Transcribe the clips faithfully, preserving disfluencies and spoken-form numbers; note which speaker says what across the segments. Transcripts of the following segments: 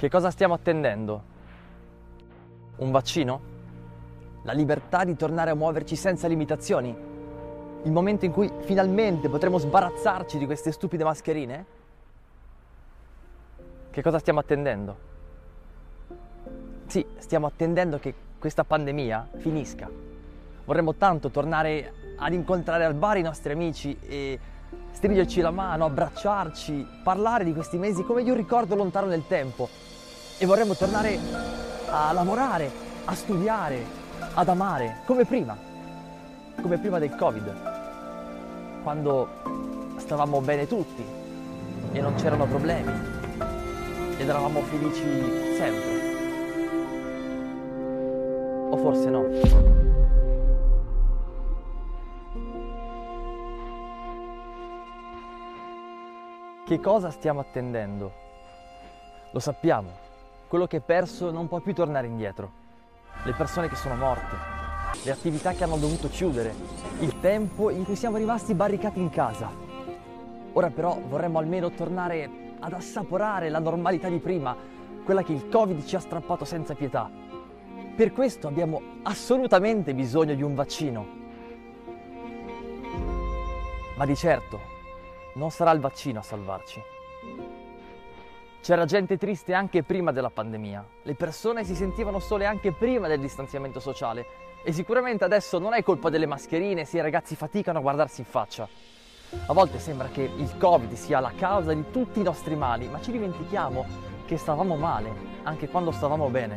Speaker 1: Che cosa stiamo attendendo? Un vaccino? La libertà di tornare a muoverci senza limitazioni? Il momento in cui finalmente potremo sbarazzarci di queste stupide mascherine? Che cosa stiamo attendendo? Sì, stiamo attendendo che questa pandemia finisca. Vorremmo tanto tornare ad incontrare al bar i nostri amici e stringerci la mano, abbracciarci, parlare di questi mesi come di un ricordo lontano nel tempo. E vorremmo tornare a lavorare, a studiare, ad amare, come prima, come prima del Covid, quando stavamo bene tutti e non c'erano problemi ed eravamo felici sempre. O forse no. Che cosa stiamo attendendo? Lo sappiamo, quello che è perso non può più tornare indietro. Le persone che sono morte, le attività che hanno dovuto chiudere, il tempo in cui siamo rimasti barricati in casa. Ora però vorremmo almeno tornare ad assaporare la normalità di prima, quella che il Covid ci ha strappato senza pietà. Per questo abbiamo assolutamente bisogno di un vaccino. Ma di certo non sarà il vaccino a salvarci. C'era gente triste anche prima della pandemia, le persone si sentivano sole anche prima del distanziamento sociale e sicuramente adesso non è colpa delle mascherine se i ragazzi faticano a guardarsi in faccia. A volte sembra che il Covid sia la causa di tutti i nostri mali, ma ci dimentichiamo che stavamo male anche quando stavamo bene.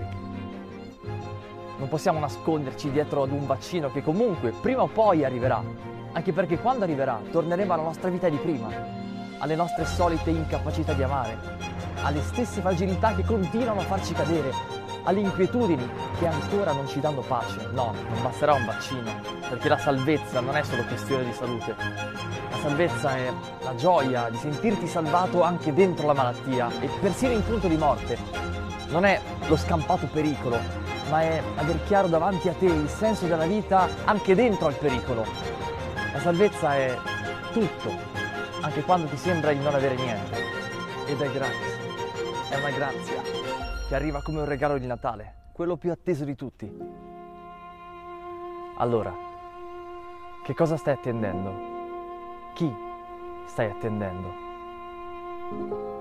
Speaker 1: Non possiamo nasconderci dietro ad un vaccino che comunque prima o poi arriverà, anche perché quando arriverà torneremo alla nostra vita di prima, alle nostre solite incapacità di amare, alle stesse fragilità che continuano a farci cadere, alle inquietudini che ancora non ci danno pace. No, non basterà un vaccino, perché la salvezza non è solo questione di salute. La salvezza è la gioia di sentirti salvato anche dentro la malattia e persino in punto di morte. Non è lo scampato pericolo, ma è aver chiaro davanti a te il senso della vita anche dentro al pericolo. La salvezza è tutto, anche quando ti sembra di non avere niente. Ed è gratis, è una grazia che arriva come un regalo di Natale, quello più atteso di tutti. Allora, che cosa stai attendendo? Chi stai attendendo?